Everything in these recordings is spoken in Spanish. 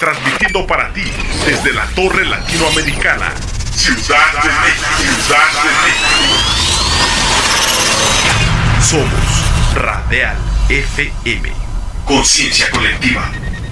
transmitiendo para ti desde la Torre Latinoamericana, Ciudad de México. Somos Radial FM. Conciencia colectiva.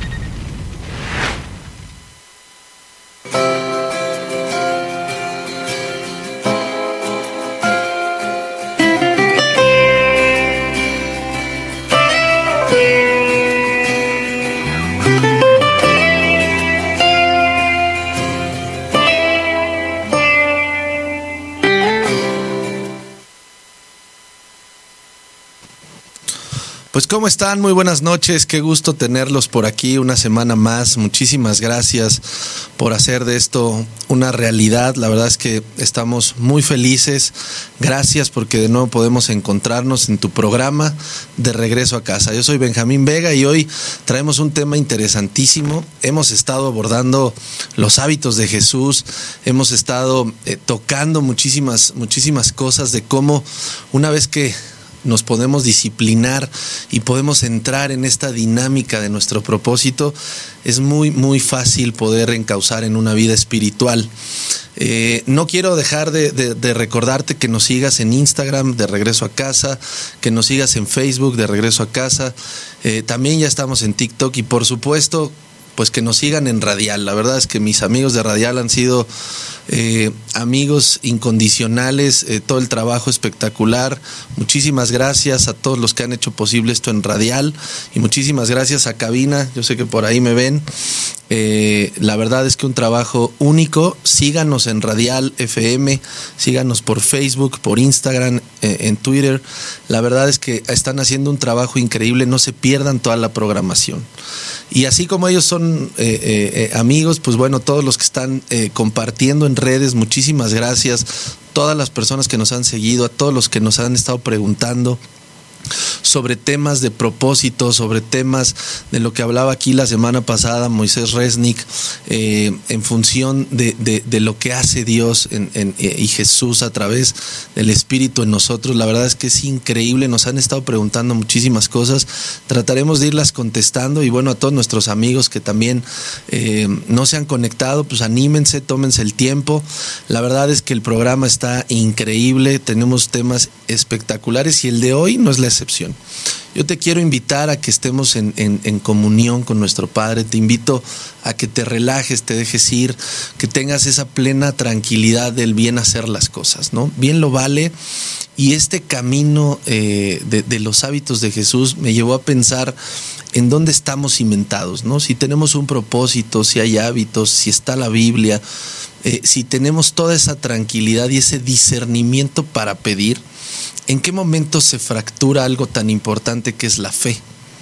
Pues ¿cómo están? Muy buenas noches, qué gusto tenerlos por aquí una semana más. Muchísimas gracias por hacer de esto una realidad. La verdad es que estamos muy felices. Gracias porque de nuevo podemos encontrarnos en tu programa de Regreso a Casa. Yo soy Benjamín Vega y hoy traemos un tema interesantísimo. Hemos estado abordando los hábitos de Jesús, hemos estado tocando muchísimas cosas de cómo una vez que nos podemos disciplinar y podemos entrar en esta dinámica de nuestro propósito, es muy fácil poder encauzar en una vida espiritual. No quiero dejar de recordarte que nos sigas en Instagram de Regreso a Casa, que nos sigas en Facebook de Regreso a Casa, también ya estamos en TikTok y por supuesto pues que nos sigan en Radial. La verdad es que mis amigos de Radial han sido amigos incondicionales, todo el trabajo espectacular. Muchísimas gracias a todos los que han hecho posible esto en Radial y muchísimas gracias a Cabina, yo sé que por ahí me ven. La verdad es que un trabajo único. Síganos en Radial FM, síganos por Facebook, por Instagram, en Twitter. La verdad es que están haciendo un trabajo increíble, no se pierdan toda la programación. Y así como ellos son amigos, pues bueno, todos los que están compartiendo en redes, muchísimas gracias. Todas las personas que nos han seguido, a todos los que nos han estado preguntando sobre temas de propósito, sobre temas de lo que hablaba aquí la semana pasada Moisés Resnick, en función de lo que hace Dios y Jesús a través del Espíritu en nosotros. La verdad es que es increíble, nos han estado preguntando muchísimas cosas, trataremos de irlas contestando y bueno, a todos nuestros amigos que también no se han conectado, pues anímense, tómense el tiempo. La verdad es que el programa está increíble, tenemos temas espectaculares y el de hoy no es la excepción. Yo te quiero invitar a que estemos en comunión con nuestro Padre. Te invito a que te relajes, te dejes ir, que tengas esa plena tranquilidad del bien hacer las cosas, ¿no? Bien lo vale. Y este camino de los hábitos de Jesús me llevó a pensar en dónde estamos cimentados, ¿no? Si tenemos un propósito, si hay hábitos, si está la Biblia, si tenemos toda esa tranquilidad y ese discernimiento para pedir. ¿En qué momento se fractura algo tan importante que es la fe?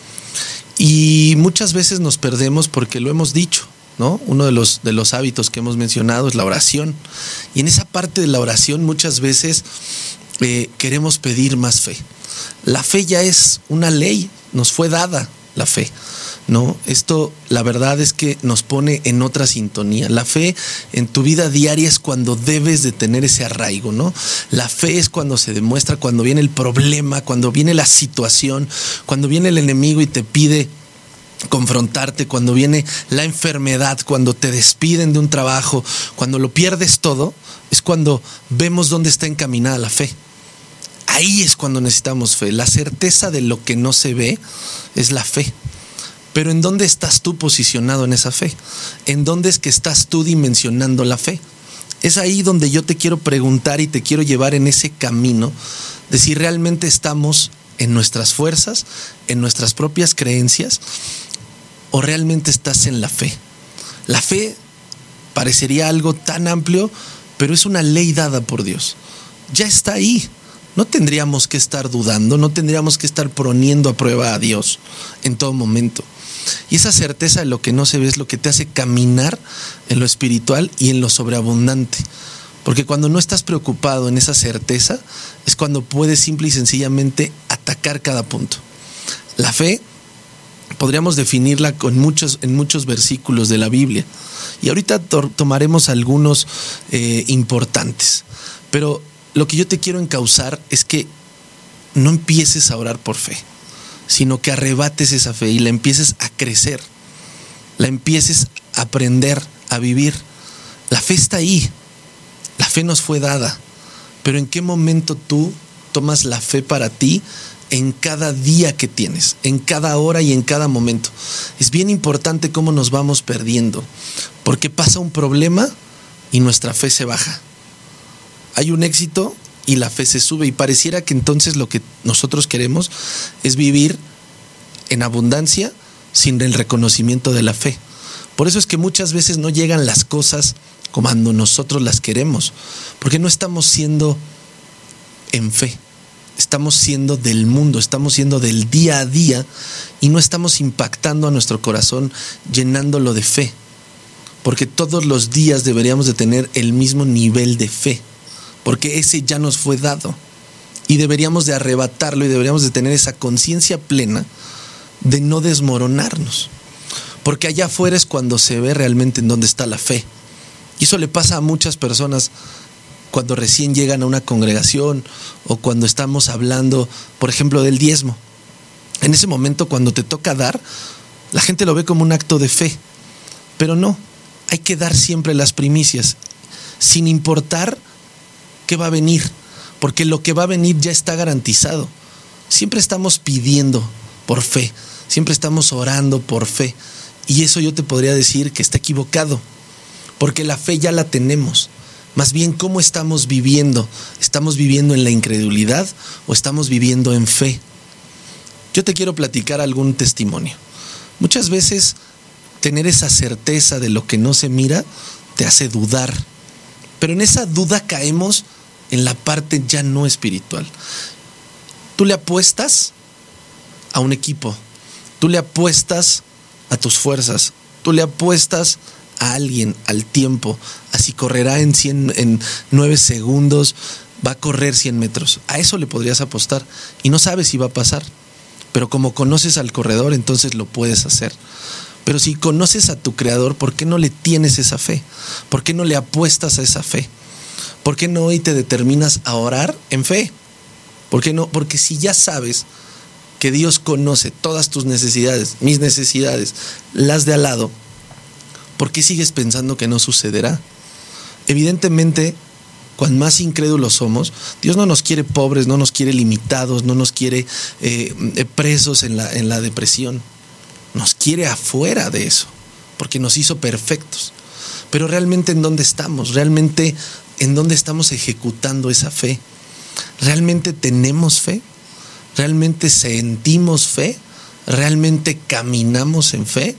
Y muchas veces nos perdemos porque lo hemos dicho, ¿no? Uno de los hábitos que hemos mencionado es la oración. Y en esa parte de la oración muchas veces queremos pedir más fe. La fe ya es una ley, nos fue dada la fe, ¿no? Esto, la verdad es que nos pone en otra sintonía. La fe en tu vida diaria es cuando debes de tener ese arraigo, ¿no? La fe es cuando se demuestra, cuando viene el problema, cuando viene la situación, cuando viene el enemigo y te pide confrontarte, cuando viene la enfermedad, cuando te despiden de un trabajo, cuando lo pierdes todo, es cuando vemos dónde está encaminada la fe. Ahí es cuando necesitamos fe. La certeza de lo que no se ve es la fe. Pero ¿en dónde estás tú posicionado en esa fe? ¿En dónde es que estás tú dimensionando la fe? Es ahí donde yo te quiero preguntar y te quiero llevar en ese camino de si realmente estamos en nuestras fuerzas, en nuestras propias creencias, o realmente estás en la fe. La fe parecería algo tan amplio, pero es una ley dada por Dios. Ya está ahí. No tendríamos que estar dudando, no tendríamos que estar poniendo a prueba a Dios en todo momento. Y esa certeza de lo que no se ve es lo que te hace caminar en lo espiritual y en lo sobreabundante. Porque cuando no estás preocupado en esa certeza, es cuando puedes simple y sencillamente atacar cada punto. La fe podríamos definirla en muchos versículos de la Biblia. Y ahorita tomaremos algunos importantes. Pero lo que yo te quiero encauzar es que no empieces a orar por fe, sino que arrebates esa fe y la empieces a crecer, la empieces aprender a vivir. La fe está ahí, la fe nos fue dada, pero ¿en qué momento tú tomas la fe para ti en cada día que tienes, en cada hora y en cada momento? Es bien importante cómo nos vamos perdiendo, porque pasa un problema y nuestra fe se baja. Hay un éxito y la fe se sube, y pareciera que entonces lo que nosotros queremos es vivir en abundancia sin el reconocimiento de la fe. Por eso es que muchas veces no llegan las cosas cuando nosotros las queremos, porque no estamos siendo en fe, estamos siendo del mundo, estamos siendo del día a día y no estamos impactando a nuestro corazón, llenándolo de fe, porque todos los días deberíamos de tener el mismo nivel de fe, porque ese ya nos fue dado y deberíamos de arrebatarlo y deberíamos de tener esa conciencia plena de no desmoronarnos, porque allá afuera es cuando se ve realmente en dónde está la fe. Y eso le pasa a muchas personas cuando recién llegan a una congregación o cuando estamos hablando, por ejemplo, del diezmo. En ese momento, cuando te toca dar, la gente lo ve como un acto de fe, pero no, hay que dar siempre las primicias, sin importar qué va a venir, porque lo que va a venir ya está garantizado. Siempre estamos pidiendo por fe, siempre estamos orando por fe, y eso yo te podría decir que está equivocado, porque la fe ya la tenemos. Más bien, ¿cómo estamos viviendo? ¿Estamos viviendo en la incredulidad o estamos viviendo en fe? Yo te quiero platicar algún testimonio. Muchas veces tener esa certeza de lo que no se mira te hace dudar, pero en esa duda caemos en la parte ya no espiritual. Tú le apuestas a un equipo, tú le apuestas a tus fuerzas, tú le apuestas a alguien, al tiempo, a si correrá en 9 segundos, va a correr 100 metros. A eso le podrías apostar y no sabes si va a pasar, pero como conoces al corredor, entonces lo puedes hacer. Pero si conoces a tu creador, ¿por qué no le tienes esa fe? ¿Por qué no le apuestas a esa fe? ¿Por qué no hoy te determinas a orar en fe? ¿Por qué no? Porque si ya sabes que Dios conoce todas tus necesidades, mis necesidades, las de al lado, ¿por qué sigues pensando que no sucederá? Evidentemente, cuan más incrédulos somos, Dios no nos quiere pobres, no nos quiere limitados, no nos quiere presos en la depresión. Nos quiere afuera de eso, porque nos hizo perfectos. Pero realmente, ¿en dónde estamos? ¿Realmente en dónde estamos ejecutando esa fe? ¿Realmente tenemos fe? ¿Realmente sentimos fe? ¿Realmente caminamos en fe?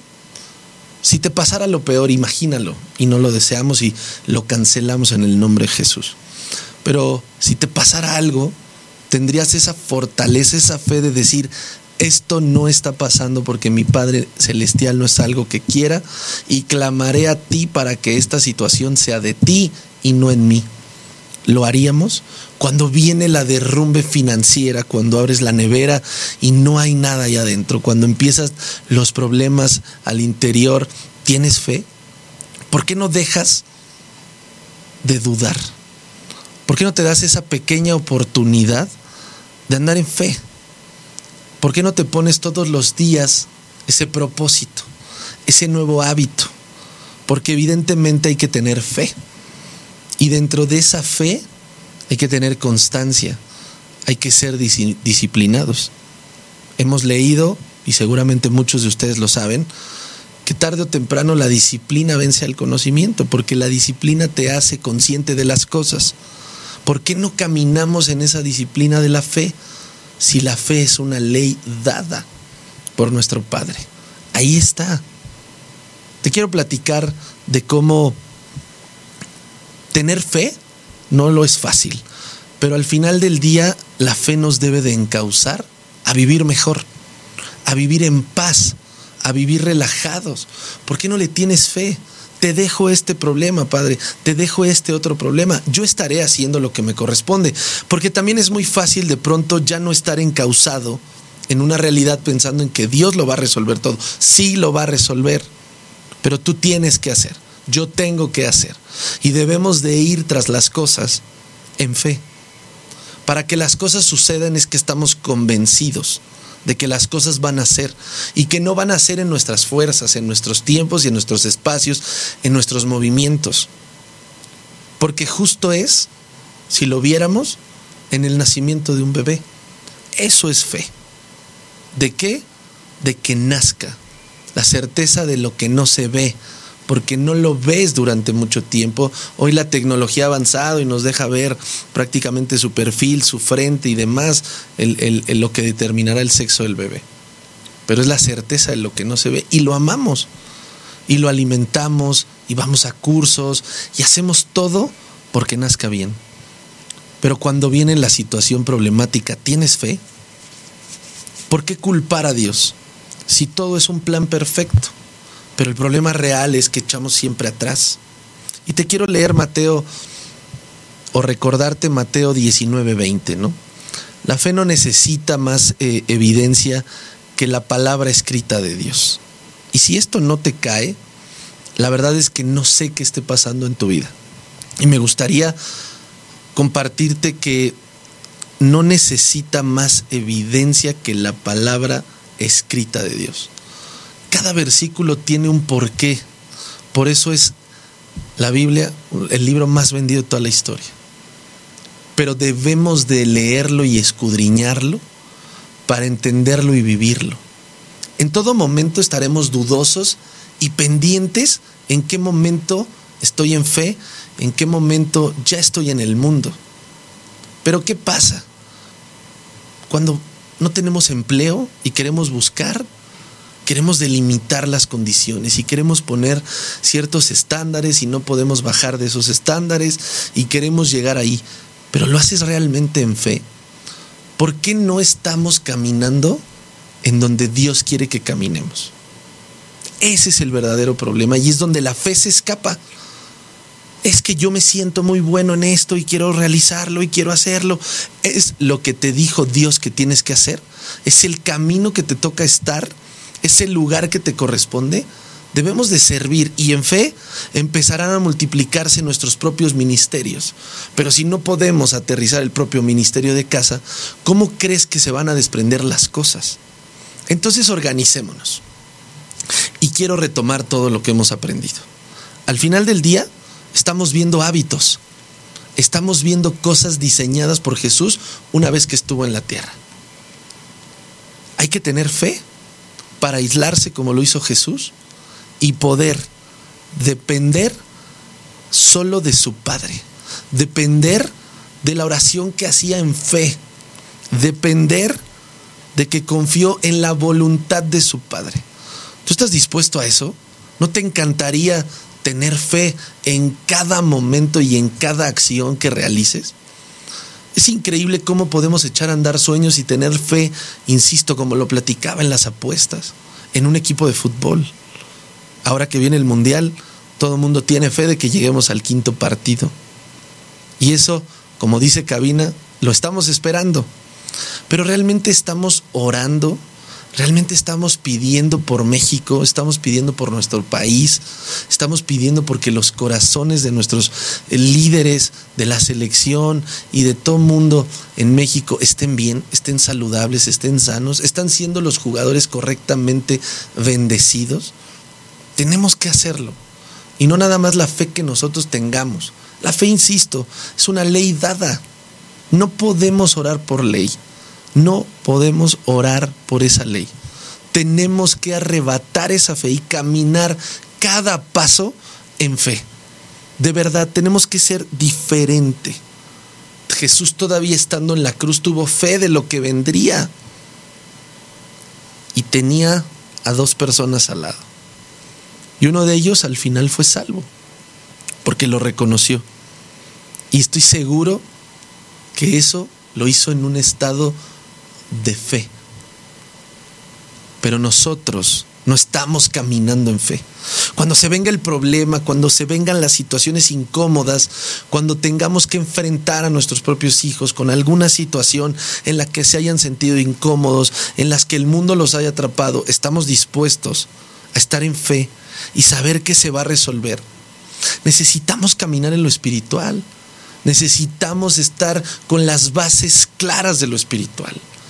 Si te pasara lo peor, imagínalo, y no lo deseamos y lo cancelamos en el nombre de Jesús. Pero si te pasara algo, tendrías esa fortaleza, esa fe de decir: esto no está pasando porque mi Padre Celestial no es algo que quiera, y clamaré a ti para que esta situación sea de ti y no en mí. ¿Lo haríamos? Cuando viene la derrumbe financiera, cuando abres la nevera y no hay nada ahí adentro, cuando empiezas los problemas al interior, ¿tienes fe? ¿Por qué no dejas de dudar? ¿Por qué no te das esa pequeña oportunidad de andar en fe? ¿Por qué no te pones todos los días ese propósito, ese nuevo hábito? Porque evidentemente hay que tener fe. Y dentro de esa fe hay que tener constancia, hay que ser disciplinados. Hemos leído, y seguramente muchos de ustedes lo saben, que tarde o temprano la disciplina vence al conocimiento, porque la disciplina te hace consciente de las cosas. ¿Por qué no caminamos en esa disciplina de la fe si la fe es una ley dada por nuestro Padre? Ahí está. Te quiero platicar de cómo tener fe no lo es fácil, pero al final del día la fe nos debe de encauzar a vivir mejor, a vivir en paz, a vivir relajados. ¿Por qué no le tienes fe? Te dejo este problema, Padre, te dejo este otro problema, yo estaré haciendo lo que me corresponde, porque también es muy fácil de pronto ya no estar encauzado en una realidad pensando en que Dios lo va a resolver todo. Sí lo va a resolver, pero tú tienes que hacer. Yo tengo que hacer, y debemos de ir tras las cosas en fe. Para que las cosas sucedan es que estamos convencidos de que las cosas van a ser y que no van a ser en nuestras fuerzas, en nuestros tiempos y en nuestros espacios, en nuestros movimientos. Porque justo es, si lo viéramos, en el nacimiento de un bebé. Eso es fe. ¿De qué? De que nazca. La certeza de lo que no se ve, porque no lo ves durante mucho tiempo. Hoy la tecnología ha avanzado y nos deja ver prácticamente su perfil, su frente y demás, lo que determinará el sexo del bebé. Pero es la certeza de lo que no se ve y lo amamos y lo alimentamos y vamos a cursos y hacemos todo porque nazca bien. Pero cuando viene la situación problemática, ¿tienes fe? ¿Por qué culpar a Dios si todo es un plan perfecto? Pero el problema real es que echamos siempre atrás. Y te quiero leer Mateo, o recordarte Mateo 19:20, ¿no? La fe no necesita más evidencia que la palabra escrita de Dios. Y si esto no te cae, la verdad es que no sé qué esté pasando en tu vida. Y me gustaría compartirte que no necesita más evidencia que la palabra escrita de Dios. Cada versículo tiene un porqué. Por eso es la Biblia el libro más vendido de toda la historia. Pero debemos de leerlo y escudriñarlo para entenderlo y vivirlo. En todo momento estaremos dudosos y pendientes en qué momento estoy en fe, en qué momento ya estoy en el mundo. Pero ¿qué pasa? Cuando no tenemos empleo y queremos buscar, queremos delimitar las condiciones y queremos poner ciertos estándares y no podemos bajar de esos estándares y queremos llegar ahí. Pero ¿lo haces realmente en fe? ¿Por qué no estamos caminando en donde Dios quiere que caminemos? Ese es el verdadero problema y es donde la fe se escapa. Es que yo me siento muy bueno en esto y quiero realizarlo y quiero hacerlo. Es lo que te dijo Dios que tienes que hacer. Es el camino que te toca estar. Es el lugar que te corresponde. Debemos de servir y en fe empezarán a multiplicarse nuestros propios ministerios. Pero si no podemos aterrizar el propio ministerio de casa, ¿cómo crees que se van a desprender las cosas? Entonces organicémonos. Y quiero retomar todo lo que hemos aprendido. Al final del día, estamos viendo hábitos. Estamos viendo cosas diseñadas por Jesús una vez que estuvo en la tierra. Hay que tener fe para aislarse como lo hizo Jesús y poder depender solo de su Padre, depender de la oración que hacía en fe, depender de que confió en la voluntad de su Padre. ¿Tú estás dispuesto a eso? ¿No te encantaría tener fe en cada momento y en cada acción que realices? Es increíble cómo podemos echar a andar sueños y tener fe, insisto, como lo platicaba en las apuestas, en un equipo de fútbol. Ahora que viene el Mundial, todo el mundo tiene fe de que lleguemos al 5º partido. Y eso, como dice Cabina, lo estamos esperando. Pero realmente estamos orando, realmente estamos pidiendo por México, estamos pidiendo por nuestro país, estamos pidiendo porque los corazones de nuestros líderes de la selección y de todo mundo en México estén bien, estén saludables, estén sanos, están siendo los jugadores correctamente bendecidos. Tenemos que hacerlo. Y no nada más la fe que nosotros tengamos. La fe, insisto, es una ley dada. No podemos orar por ley. No podemos orar por esa ley. Tenemos que arrebatar esa fe y caminar cada paso en fe. De verdad, tenemos que ser diferente. Jesús, todavía estando en la cruz, tuvo fe de lo que vendría. Y tenía a 2 personas al lado. Y uno de ellos al final fue salvo, porque lo reconoció. Y estoy seguro que eso lo hizo en un estado de fe. Pero nosotros no estamos caminando en fe. Cuando se venga el problema, cuando se vengan las situaciones incómodas, cuando tengamos que enfrentar a nuestros propios hijos con alguna situación en la que se hayan sentido incómodos, en las que el mundo los haya atrapado, estamos dispuestos a estar en fe y saber que se va a resolver. Necesitamos caminar en lo espiritual. Necesitamos estar con las bases claras de lo espiritual.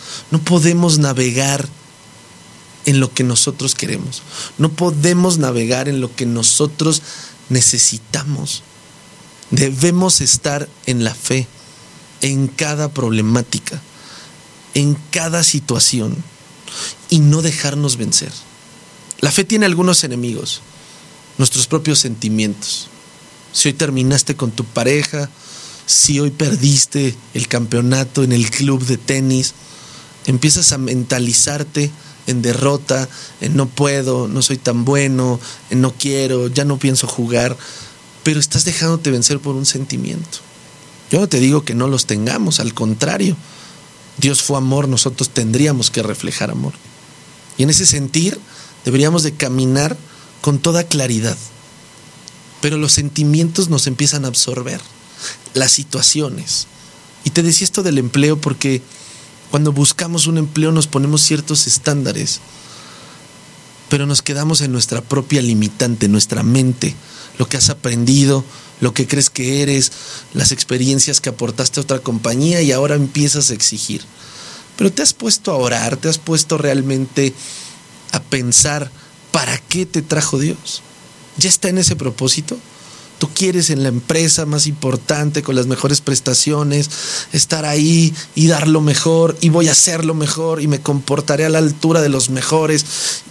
No podemos navegar en lo que nosotros queremos. No podemos navegar en lo que nosotros necesitamos. Debemos estar en la fe, en cada problemática, en cada situación, y no dejarnos vencer. La fe tiene algunos enemigos, nuestros propios sentimientos. Si hoy terminaste con tu pareja, si hoy perdiste el campeonato en el club de tenis, empiezas a mentalizarte en derrota, en no puedo, no soy tan bueno, en no quiero, ya no pienso jugar, pero estás dejándote vencer por un sentimiento. Yo no te digo que no los tengamos, al contrario, Dios fue amor, nosotros tendríamos que reflejar amor. Y en ese sentir deberíamos de caminar con toda claridad. Pero los sentimientos nos empiezan a absorber, las situaciones. Y te decía esto del empleo porque cuando buscamos un empleo nos ponemos ciertos estándares, pero nos quedamos en nuestra propia limitante, nuestra mente, lo que has aprendido, lo que crees que eres, las experiencias que aportaste a otra compañía, y ahora empiezas a exigir. Pero te has puesto a orar, te has puesto realmente a pensar ¿para qué te trajo Dios? ¿Ya está en ese propósito? Tú quieres en la empresa más importante, con las mejores prestaciones, estar ahí y dar lo mejor, y voy a hacer lo mejor, y me comportaré a la altura de los mejores.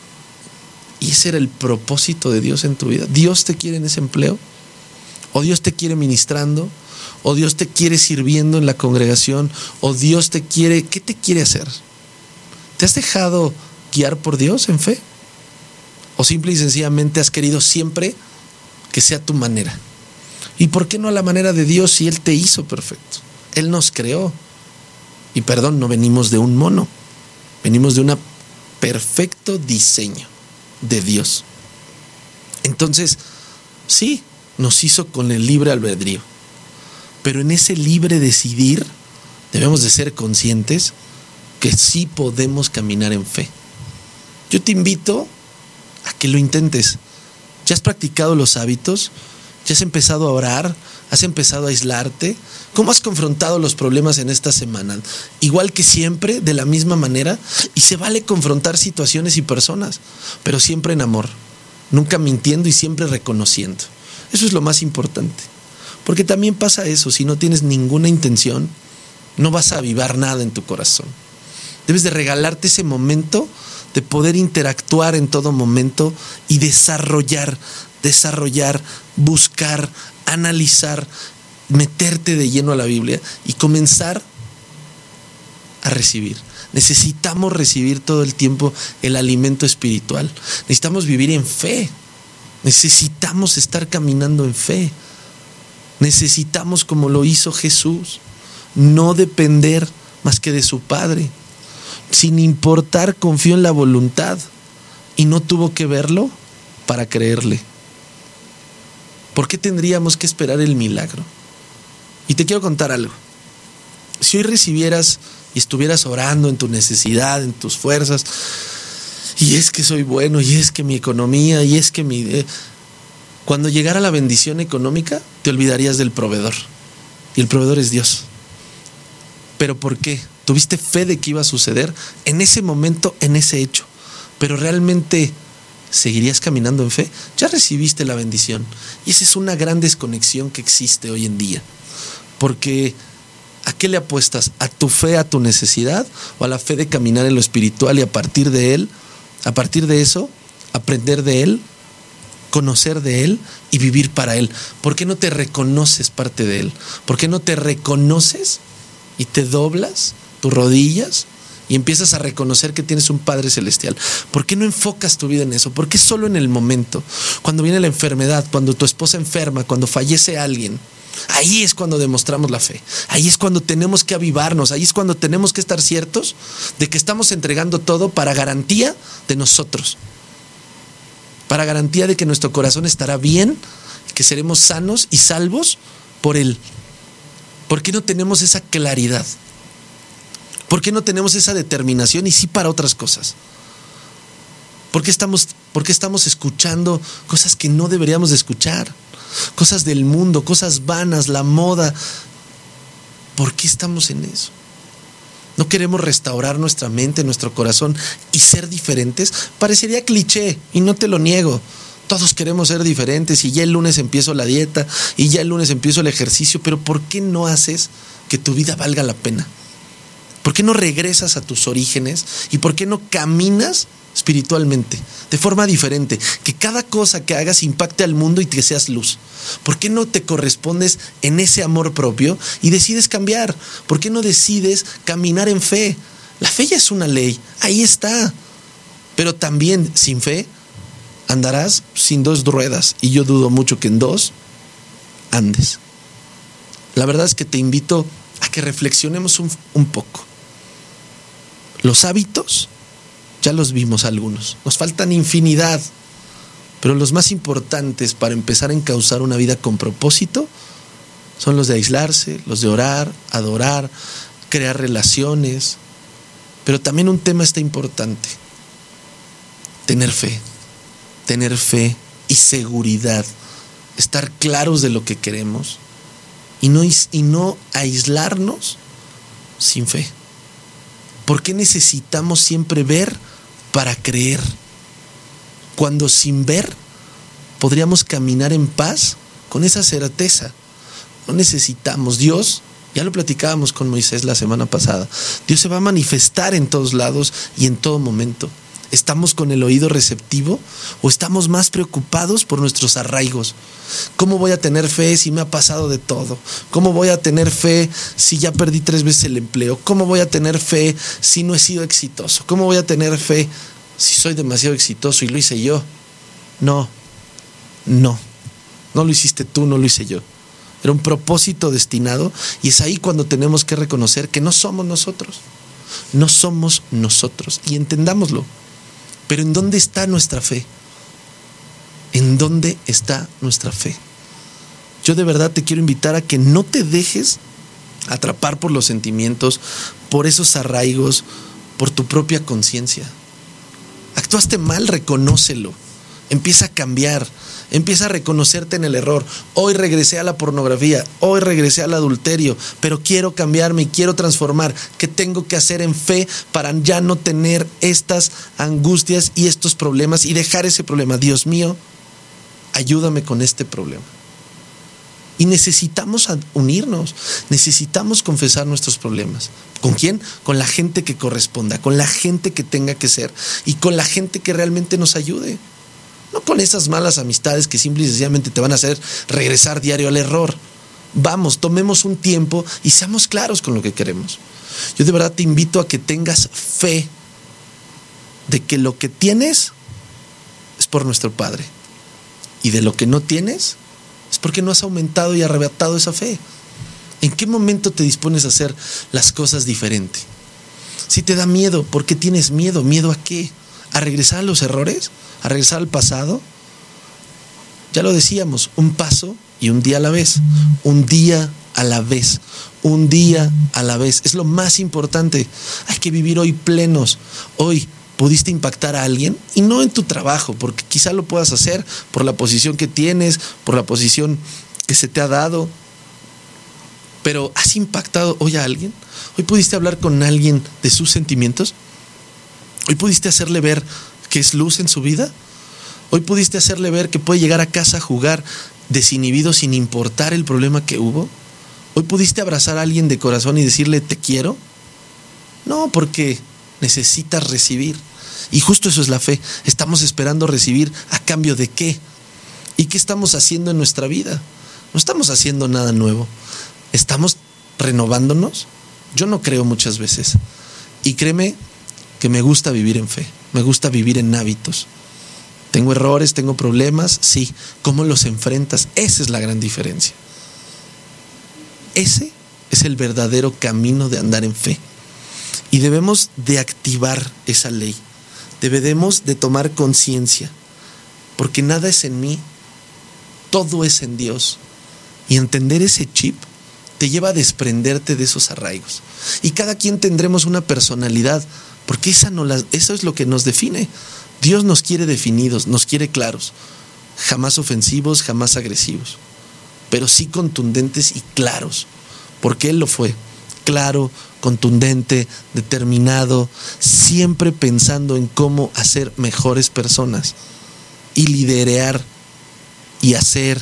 ¿Y ese era el propósito de Dios en tu vida? ¿Dios te quiere en ese empleo? ¿O Dios te quiere ministrando? ¿O Dios te quiere sirviendo en la congregación? ¿O Dios te quiere, qué te quiere hacer? ¿Te has dejado guiar por Dios en fe? ¿O simple y sencillamente has querido siempre que sea tu manera? ¿Y por qué no a la manera de Dios si Él te hizo perfecto? Él nos creó. Y perdón, no venimos de un mono, venimos de un perfecto diseño de Dios. Entonces, sí, nos hizo con el libre albedrío, pero en ese libre decidir debemos de ser conscientes que sí podemos caminar en fe. Yo te invito a que lo intentes. ¿Ya has practicado los hábitos? ¿Ya has empezado a orar? ¿Has empezado a aislarte? ¿Cómo has confrontado los problemas en esta semana? Igual que siempre, de la misma manera. Y se vale confrontar situaciones y personas, pero siempre en amor, nunca mintiendo y siempre reconociendo. Eso es lo más importante. Porque también pasa eso, si no tienes ninguna intención, no vas a avivar nada en tu corazón. Debes de regalarte ese momento de poder interactuar en todo momento y desarrollar, buscar, analizar, meterte de lleno a la Biblia y comenzar a recibir. Necesitamos recibir todo el tiempo el alimento espiritual. Necesitamos vivir en fe. Necesitamos estar caminando en fe. Necesitamos, como lo hizo Jesús, no depender más que de su Padre. Sin importar, confió en la voluntad y no tuvo que verlo para creerle. ¿Por qué tendríamos que esperar el milagro? Y te quiero contar algo. Si hoy recibieras y estuvieras orando en tu necesidad, en tus fuerzas, y es que soy bueno, y es que mi economía, y es que cuando llegara la bendición económica, te olvidarías del proveedor. Y el proveedor es Dios. ¿Pero por qué? Tuviste fe de que iba a suceder en ese momento, en ese hecho. Pero realmente, ¿seguirías caminando en fe? Ya recibiste la bendición. Y esa es una gran desconexión que existe hoy en día. Porque ¿a qué le apuestas? ¿A tu fe, a tu necesidad? ¿O a la fe de caminar en lo espiritual y a partir de él, a partir de eso, aprender de él, conocer de él y vivir para él? ¿Por qué no te reconoces parte de él? ¿Por qué no te reconoces y te doblas tus rodillas y empiezas a reconocer que tienes un Padre Celestial? ¿Por qué no enfocas tu vida en eso? ¿Por qué solo en el momento? Cuando viene la enfermedad, cuando tu esposa enferma, cuando fallece alguien, ahí es cuando demostramos la fe. Ahí es cuando tenemos que avivarnos. Ahí es cuando tenemos que estar ciertos de que estamos entregando todo para garantía de nosotros, para garantía de que nuestro corazón estará bien, que seremos sanos y salvos por Él. ¿Por qué no tenemos esa claridad? ¿Por qué no tenemos esa determinación y sí para otras cosas? ¿Por qué estamos escuchando cosas que no deberíamos de escuchar? Cosas del mundo, cosas vanas, la moda. ¿Por qué estamos en eso? ¿No queremos restaurar nuestra mente, nuestro corazón y ser diferentes? Parecería cliché y no te lo niego. Todos queremos ser diferentes y ya el lunes empiezo la dieta y ya el lunes empiezo el ejercicio, pero ¿por qué no haces que tu vida valga la pena? ¿Por qué no regresas a tus orígenes y por qué no caminas espiritualmente de forma diferente? Que cada cosa que hagas impacte al mundo y que seas luz. ¿Por qué no te correspondes en ese amor propio y decides cambiar? ¿Por qué no decides caminar en fe? La fe ya es una ley, ahí está. Pero también sin fe andarás sin dos ruedas y yo dudo mucho que en dos andes. La verdad es que te invito a que reflexionemos un poco. Los hábitos ya los vimos algunos, nos faltan infinidad, pero los más importantes para empezar a encauzar una vida con propósito son los de aislarse, los de orar, adorar, crear relaciones, pero también un tema está importante: tener fe y seguridad, estar claros de lo que queremos y no aislarnos sin fe. ¿Por qué necesitamos siempre ver para creer? Cuando sin ver podríamos caminar en paz con esa certeza. No necesitamos. Dios, ya lo platicábamos con Moisés la semana pasada, Dios se va a manifestar en todos lados y en todo momento. ¿Estamos con el oído receptivo o estamos más preocupados por nuestros arraigos? ¿Cómo voy a tener fe si me ha pasado de todo? ¿Cómo voy a tener fe si ya perdí 3 veces el empleo? ¿Cómo voy a tener fe si no he sido exitoso? ¿Cómo voy a tener fe si soy demasiado exitoso y lo hice yo? No lo hiciste tú, no lo hice yo. Era un propósito destinado y es ahí cuando tenemos que reconocer que no somos nosotros. No somos nosotros y entendámoslo. Pero ¿en dónde está nuestra fe? ¿En dónde está nuestra fe? Yo de verdad te quiero invitar a que no te dejes atrapar por los sentimientos, por esos arraigos, por tu propia conciencia. Actuaste mal, reconócelo. Empieza a cambiar, empieza a reconocerte en el error. Hoy regresé a la pornografía, hoy regresé al adulterio, pero quiero cambiarme y quiero transformar. ¿Qué tengo que hacer en fe para ya no tener estas angustias y estos problemas y dejar ese problema? Dios mío, ayúdame con este problema. Y necesitamos unirnos, necesitamos confesar nuestros problemas. ¿Con quién? Con la gente que corresponda, con la gente que tenga que ser y con la gente que realmente nos ayude. No con esas malas amistades que simple y sencillamente te van a hacer regresar diario al error. Vamos, tomemos un tiempo y seamos claros con lo que queremos. Yo de verdad te invito a que tengas fe de que lo que tienes es por nuestro Padre y de lo que no tienes es porque no has aumentado y arrebatado esa fe. ¿En qué momento te dispones a hacer las cosas diferente? Si te da miedo, ¿por qué tienes miedo? ¿Miedo a qué? ¿A regresar a los errores? ¿A regresar al pasado? Ya lo decíamos, un paso y un día a la vez. Un día a la vez. Un día a la vez. Es lo más importante. Hay que vivir hoy plenos. Hoy pudiste impactar a alguien y no en tu trabajo, porque quizá lo puedas hacer por la posición que tienes, por la posición que se te ha dado. Pero ¿has impactado hoy a alguien? ¿Hoy pudiste hablar con alguien de sus sentimientos? ¿Hoy pudiste hacerle ver que es luz en su vida? ¿Hoy pudiste hacerle ver que puede llegar a casa a jugar desinhibido sin importar el problema que hubo? ¿Hoy pudiste abrazar a alguien de corazón y decirle te quiero? No, porque necesitas recibir. Y justo eso es la fe. Estamos esperando recibir ¿a cambio de qué? ¿Y qué estamos haciendo en nuestra vida? No estamos haciendo nada nuevo. ¿Estamos renovándonos? Yo no creo muchas veces. Y créeme que me gusta vivir en fe. Me gusta vivir en hábitos. ¿Tengo errores? ¿Tengo problemas? Sí. ¿Cómo los enfrentas? Esa es la gran diferencia. Ese es el verdadero camino de andar en fe. Y debemos de activar esa ley. Debemos de tomar conciencia. Porque nada es en mí. Todo es en Dios. Y entender ese chip te lleva a desprenderte de esos arraigos. Y cada quien tendremos una personalidad. Porque eso es lo que nos define. Dios nos quiere definidos, nos quiere claros. Jamás ofensivos, jamás agresivos. Pero sí contundentes y claros. Porque Él lo fue. claro, contundente, determinado, siempre pensando en cómo hacer mejores personas y liderar y hacer.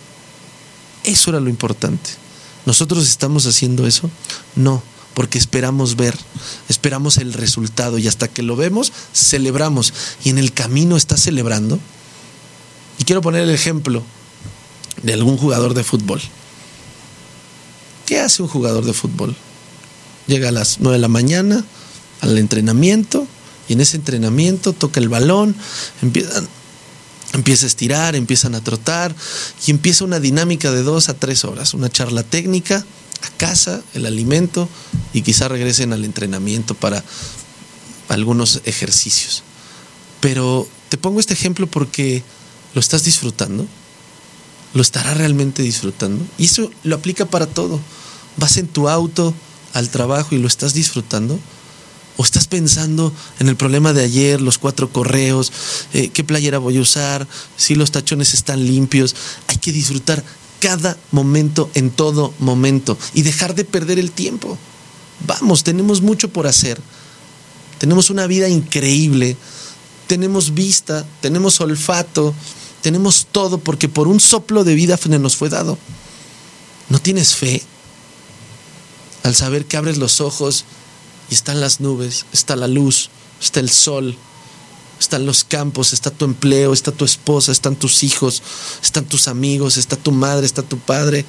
Eso era lo importante. ¿Nosotros estamos haciendo eso? No, porque esperamos el resultado, y hasta que lo vemos, celebramos, y en el camino estás celebrando. Y quiero poner el ejemplo de algún jugador de fútbol. ¿Qué hace un jugador de fútbol? Llega a las 9 de la mañana al entrenamiento, y en ese entrenamiento toca el balón, empieza a estirar, empiezan a trotar, y empieza una dinámica de 2 a 3 horas, una charla técnica, a casa, el alimento, y quizá regresen al entrenamiento para algunos ejercicios. Pero te pongo este ejemplo porque lo estás disfrutando, lo estará realmente disfrutando, y eso lo aplica para todo. Vas en tu auto al trabajo y lo estás disfrutando, o estás pensando en el problema de ayer, los 4 correos, qué playera voy a usar, si los tachones están limpios. Hay que disfrutar cada momento, en todo momento, y dejar de perder el tiempo. Vamos, tenemos mucho por hacer, tenemos una vida increíble, tenemos vista, tenemos olfato, tenemos todo, porque por un soplo de vida nos fue dado. ¿No tienes fe al saber que abres los ojos y están las nubes, está la luz, está el sol, están los campos, está tu empleo, está tu esposa, están tus hijos, están tus amigos, está tu madre, está tu padre?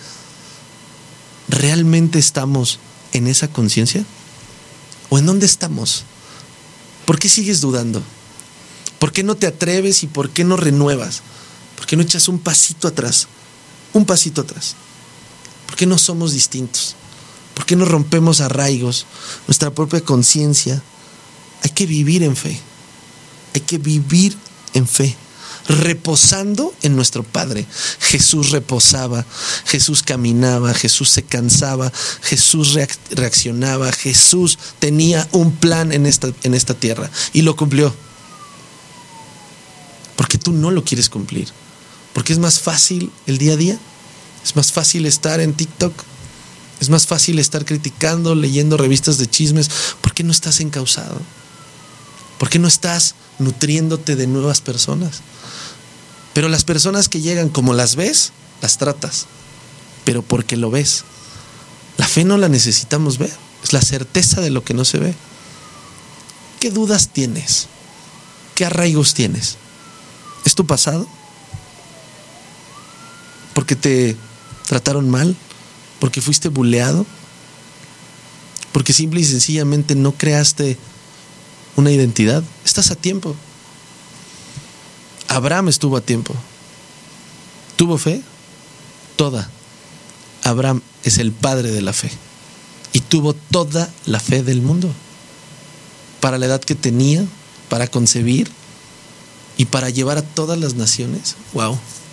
¿Realmente estamos en esa conciencia? ¿O en dónde estamos? ¿Por qué sigues dudando? ¿Por qué no te atreves y por qué no renuevas? ¿Por qué no echas un pasito atrás? Un pasito atrás. ¿Por qué no somos distintos? ¿Por qué no rompemos arraigos, nuestra propia conciencia? Hay que vivir en fe. Hay que vivir en fe, reposando en nuestro Padre. Jesús reposaba, Jesús caminaba, Jesús se cansaba, Jesús reaccionaba, Jesús tenía un plan en esta tierra y lo cumplió. Porque tú no lo quieres cumplir, porque es más fácil el día a día, es más fácil estar en TikTok, es más fácil estar criticando, leyendo revistas de chismes. ¿Por qué no estás encauzado? ¿Por qué no estás nutriéndote de nuevas personas? Pero las personas que llegan, como las ves, las tratas, pero porque lo ves. La fe no la necesitamos ver, es la certeza de lo que no se ve. ¿Qué dudas tienes? ¿Qué arraigos tienes? ¿Es tu pasado? ¿Porque te trataron mal? ¿Porque fuiste buleado? ¿Porque simple y sencillamente no creaste una identidad? Estás a tiempo. Abraham estuvo a tiempo. ¿Tuvo fe? Toda. Abraham es el padre de la fe y tuvo toda la fe del mundo para la edad que tenía, para concebir y para llevar a todas las naciones. Wow.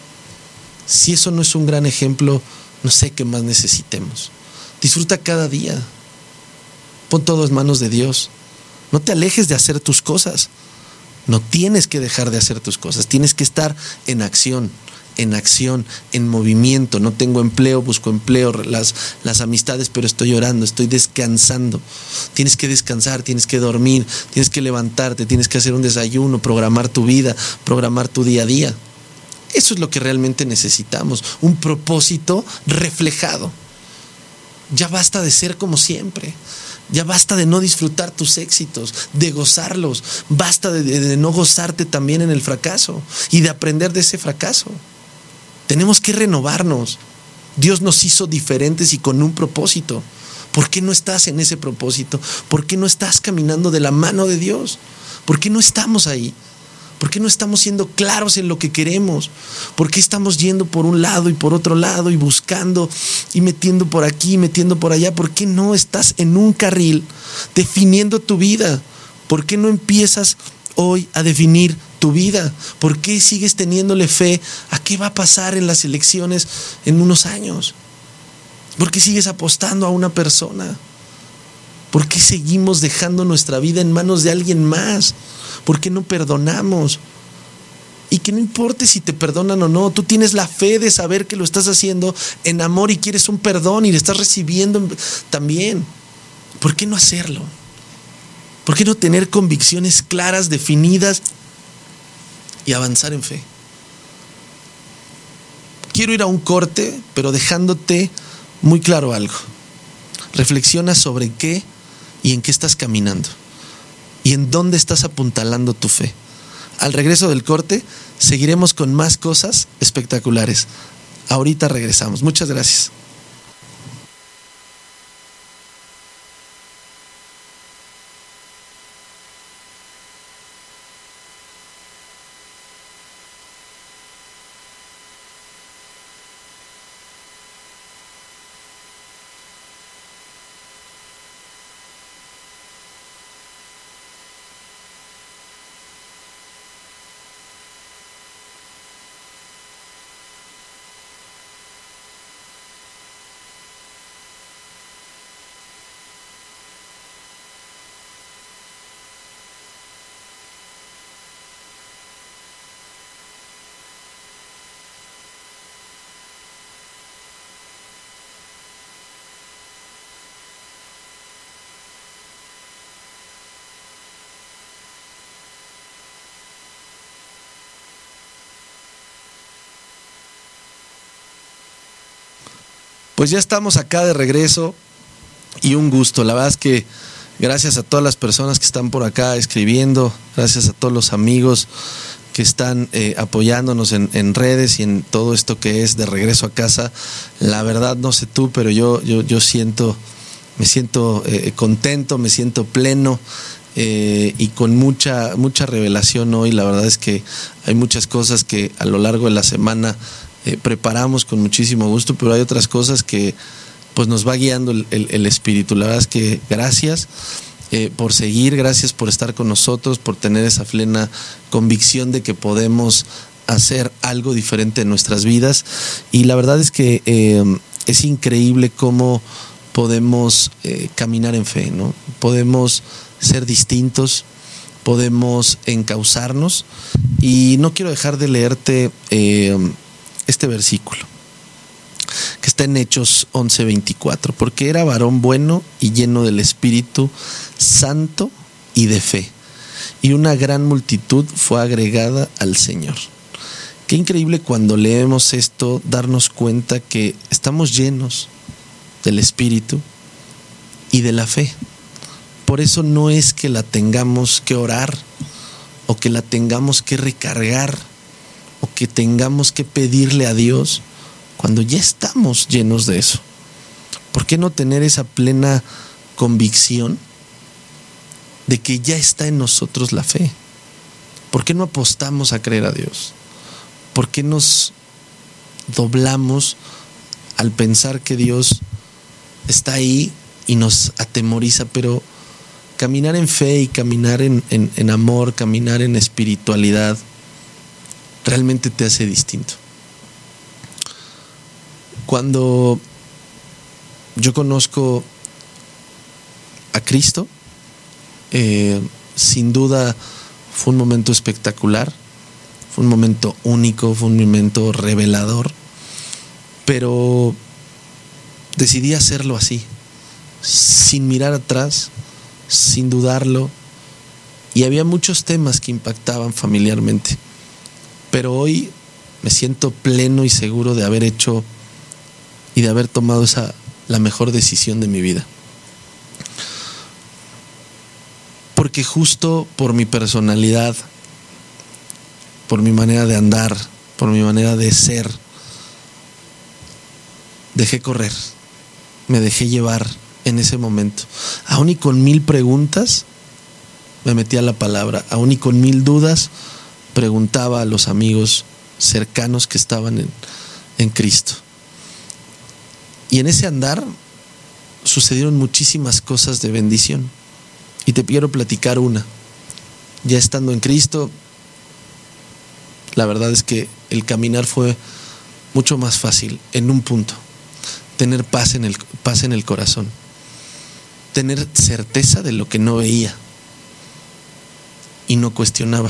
Si eso no es un gran ejemplo, no sé qué más necesitemos. Disfruta cada día. Pon todo en manos de Dios. No te alejes de hacer tus cosas. No tienes que dejar de hacer tus cosas. Tienes que estar en acción, en movimiento. No tengo empleo, busco empleo, las amistades, pero estoy orando, estoy descansando. Tienes que descansar, tienes que dormir, tienes que levantarte, tienes que hacer un desayuno, programar tu vida, programar tu día a día. Eso es lo que realmente necesitamos, un propósito reflejado. Ya basta de ser como siempre. Ya basta de no disfrutar tus éxitos, de gozarlos. Basta de no gozarte también en el fracaso y de aprender de ese fracaso. Tenemos que renovarnos. Dios nos hizo diferentes y con un propósito. ¿Por qué no estás en ese propósito? ¿Por qué no estás caminando de la mano de Dios? ¿Por qué no estamos ahí? ¿Por qué no estamos siendo claros en lo que queremos? ¿Por qué estamos yendo por un lado y por otro lado y buscando y metiendo por aquí y metiendo por allá? ¿Por qué no estás en un carril definiendo tu vida? ¿Por qué no empiezas hoy a definir tu vida? ¿Por qué sigues teniéndole fe a qué va a pasar en las elecciones en unos años? ¿Por qué sigues apostando a una persona? ¿Por qué seguimos dejando nuestra vida en manos de alguien más? ¿Por qué no perdonamos? Y que no importe si te perdonan o no, tú tienes la fe de saber que lo estás haciendo en amor y quieres un perdón y le estás recibiendo también. ¿por qué no hacerlo? ¿Por qué no tener convicciones claras, definidas y avanzar en fe? Quiero ir a un corte, pero dejándote muy claro algo. Reflexiona sobre qué y en qué estás caminando y en dónde estás apuntalando tu fe. Al regreso del corte, seguiremos con más cosas espectaculares. Ahorita regresamos. Muchas gracias. Pues ya estamos acá de regreso y un gusto. La verdad es que gracias a todas las personas que están por acá escribiendo, gracias a todos los amigos que están apoyándonos en redes y en todo esto que es de regreso a casa. La verdad, no sé tú, pero yo me siento contento, me siento pleno y con mucha revelación hoy. La verdad es que hay muchas cosas que a lo largo de la semana preparamos con muchísimo gusto, pero hay otras cosas que pues nos va guiando el espíritu. La verdad es que gracias por seguir, gracias por estar con nosotros, por tener esa plena convicción de que podemos hacer algo diferente en nuestras vidas. Y la verdad es que es increíble cómo podemos caminar en fe, ¿no? Podemos ser distintos, podemos encauzarnos. Y no quiero dejar de leerte este versículo que está en Hechos 11:24, porque era varón bueno y lleno del Espíritu Santo y de fe, y una gran multitud fue agregada al Señor. Qué increíble cuando leemos esto, darnos cuenta que estamos llenos del Espíritu y de la fe. Por eso no es que la tengamos que orar o que la tengamos que recargar o que tengamos que pedirle a Dios cuando ya estamos llenos de eso. ¿Por qué no tener esa plena convicción de que ya está en nosotros la fe? ¿Por qué no apostamos a creer a Dios? ¿Por qué nos doblamos al pensar que Dios está ahí y nos atemoriza? Pero caminar en fe y caminar en amor, caminar en espiritualidad, realmente te hace distinto. Cuando yo conozco a Cristo, sin duda fue un momento espectacular, fue un momento único, fue un momento revelador, pero decidí hacerlo así, sin mirar atrás, sin dudarlo, y había muchos temas que impactaban familiarmente, pero hoy me siento pleno y seguro de haber hecho y de haber tomado la mejor decisión de mi vida. Porque justo por mi personalidad, por mi manera de andar, por mi manera de ser, dejé correr, me dejé llevar en ese momento. Aún y con 1000 preguntas, me metí a la palabra. Aún y con 1000 dudas, preguntaba a los amigos cercanos que estaban en Cristo. Y en ese andar sucedieron muchísimas cosas de bendición. Y te quiero platicar una. Ya estando en Cristo, la verdad es que el caminar fue mucho más fácil en un punto. Tener paz en el corazón. Tener certeza de lo que no veía y no cuestionaba.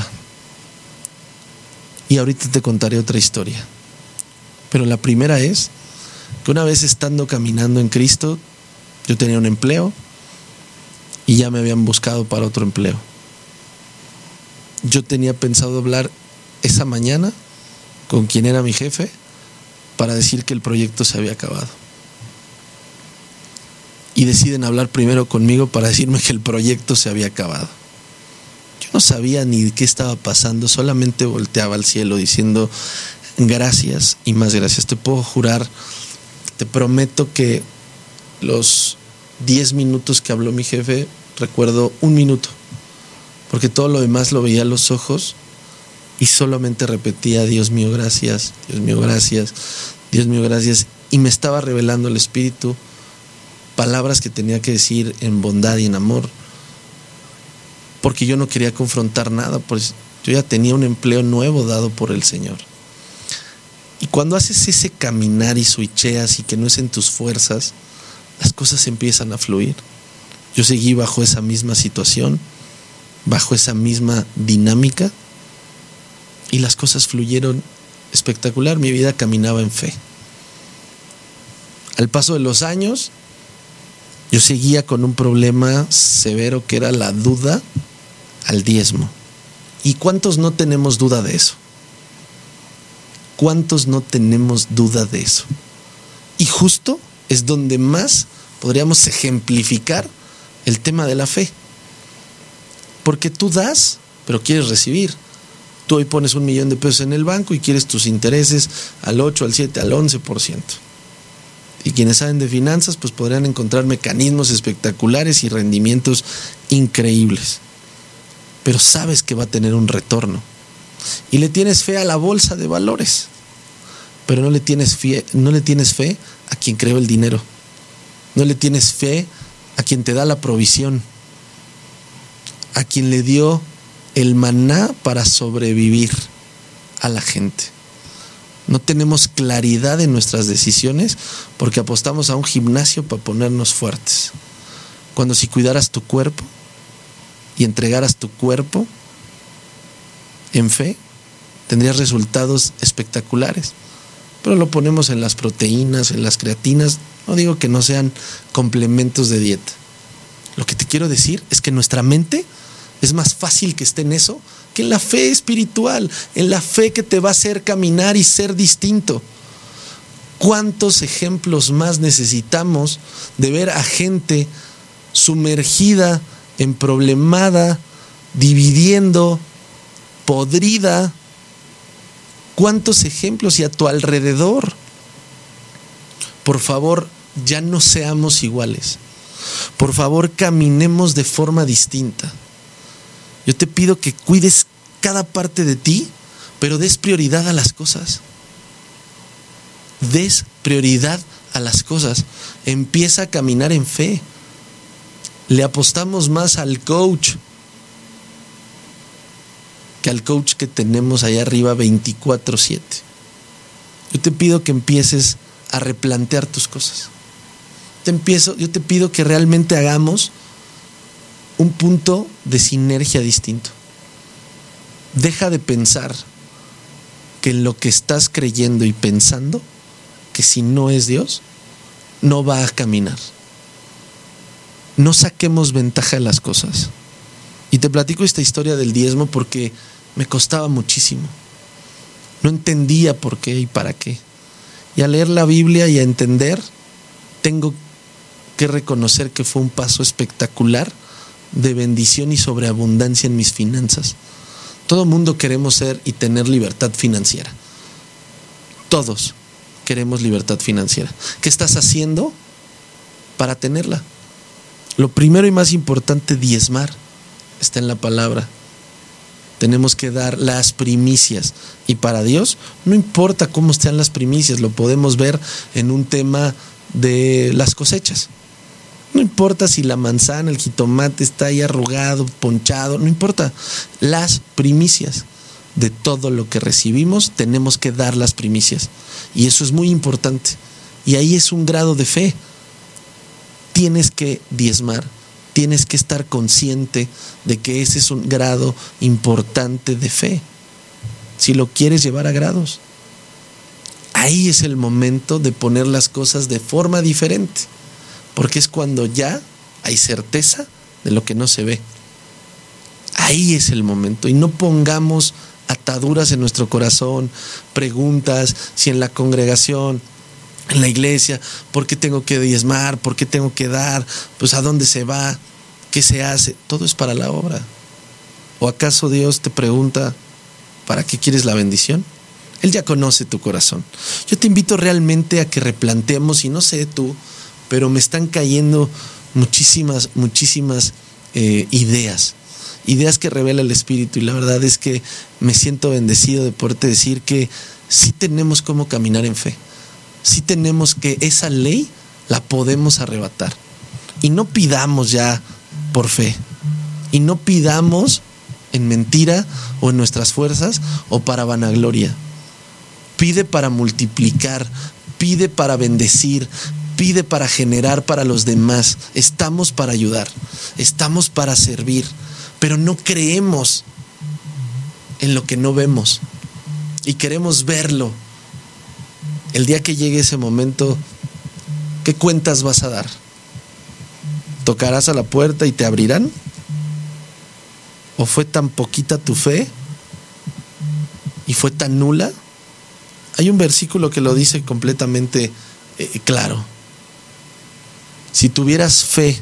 Y ahorita te contaré otra historia. Pero la primera es que una vez estando caminando en Cristo, yo tenía un empleo, y ya me habían buscado para otro empleo. Yo tenía pensado hablar esa mañana con quien era mi jefe para decir que el proyecto se había acabado. Y deciden hablar primero conmigo para decirme que el proyecto se había acabado. Yo no sabía ni qué estaba pasando, solamente volteaba al cielo diciendo gracias y más gracias. Te puedo jurar, te prometo que los 10 minutos que habló mi jefe, recuerdo 1 minuto, porque todo lo demás lo veía a los ojos y solamente repetía: Dios mío, gracias, Dios mío, gracias, Dios mío, gracias. Y me estaba revelando el Espíritu palabras que tenía que decir en bondad y en amor, porque yo no quería confrontar nada, pues yo ya tenía un empleo nuevo dado por el Señor. Y cuando haces ese caminar y switcheas y que no es en tus fuerzas, las cosas empiezan a fluir. Yo seguí bajo esa misma situación, bajo esa misma dinámica, y las cosas fluyeron espectacular. Mi vida caminaba en fe. Al paso de los años, yo seguía con un problema severo que era la duda al diezmo. ¿Y cuántos no tenemos duda de eso? ¿Cuántos no tenemos duda de eso? Y justo es donde más podríamos ejemplificar el tema de la fe. Porque tú das, pero quieres recibir. Tú hoy pones $1,000,000 en el banco y quieres tus intereses al 8, al 7, al 11%. Y quienes saben de finanzas, pues podrían encontrar mecanismos espectaculares y rendimientos increíbles. Pero sabes que va a tener un retorno. Y le tienes fe a la bolsa de valores. Pero no le tienes fe a quien creó el dinero. No le tienes fe a quien te da la provisión. A quien le dio el maná para sobrevivir a la gente. No tenemos claridad en nuestras decisiones porque apostamos a un gimnasio para ponernos fuertes. Cuando si cuidaras tu cuerpo y entregaras tu cuerpo en fe, tendrías resultados espectaculares. Pero lo ponemos en las proteínas, en las creatinas. No digo que no sean complementos de dieta. Lo que te quiero decir es que nuestra mente es más fácil que esté en eso que en la fe espiritual, en la fe que te va a hacer caminar y ser distinto. ¿Cuántos ejemplos más necesitamos de ver a gente sumergida, emproblemada, dividiendo, podrida? ¿Cuántos ejemplos y a tu alrededor? Por favor, ya no seamos iguales. Por favor, caminemos de forma distinta. Yo te pido que cuides cada parte de ti, pero des prioridad a las cosas. Des prioridad a las cosas. Empieza a caminar en fe. Le apostamos más al coach que al coach que tenemos allá arriba 24/7. Yo te pido que empieces a replantear tus cosas. Yo te pido que realmente hagamos un punto de sinergia distinto. Deja de pensar que en lo que estás creyendo y pensando, que si no es Dios, no va a caminar. No saquemos ventaja de las cosas. Y te platico esta historia del diezmo porque me costaba muchísimo. No entendía por qué y para qué. Y al leer la Biblia y a entender, tengo que reconocer que fue un paso espectacular de bendición y sobreabundancia en mis finanzas. Todo mundo queremos ser y tener libertad financiera. Todos queremos libertad financiera. ¿Qué estás haciendo para tenerla? Lo primero y más importante, diezmar, está en la palabra. Tenemos que dar las primicias. Y para Dios no importa cómo estén las primicias, lo podemos ver en un tema de las cosechas. No importa si la manzana, el jitomate está ahí arrugado, ponchado, no importa. Las primicias de todo lo que recibimos, tenemos que dar las primicias. Y eso es muy importante. Y ahí es un grado de fe. Tienes que diezmar, tienes que estar consciente de que ese es un grado importante de fe. Si lo quieres llevar a grados, ahí es el momento de poner las cosas de forma diferente. Porque es cuando ya hay certeza de lo que no se ve. Ahí es el momento. Y no pongamos ataduras en nuestro corazón, preguntas, si en la congregación, en la iglesia, ¿por qué tengo que diezmar? ¿Por qué tengo que dar? Pues ¿a dónde se va? ¿Qué se hace? Todo es para la obra. ¿O acaso Dios te pregunta, ¿para qué quieres la bendición? Él ya conoce tu corazón. Yo te invito realmente a que replanteemos, y no sé tú, pero me están cayendo muchísimas ideas que revela el Espíritu, y la verdad es que me siento bendecido de poderte decir que sí tenemos cómo caminar en fe. Sí tenemos que esa ley la podemos arrebatar. Y no pidamos ya por fe. Y no pidamos en mentira o en nuestras fuerzas o para vanagloria. Pide para multiplicar, pide para bendecir, pide para generar para los demás. Estamos para ayudar, estamos para servir, pero no creemos en lo que no vemos y queremos verlo. El día que llegue ese momento, ¿qué cuentas vas a dar? ¿Tocarás a la puerta y te abrirán? ¿O fue tan poquita tu fe y fue tan nula? Hay un versículo que lo dice completamente claro. Si tuvieras fe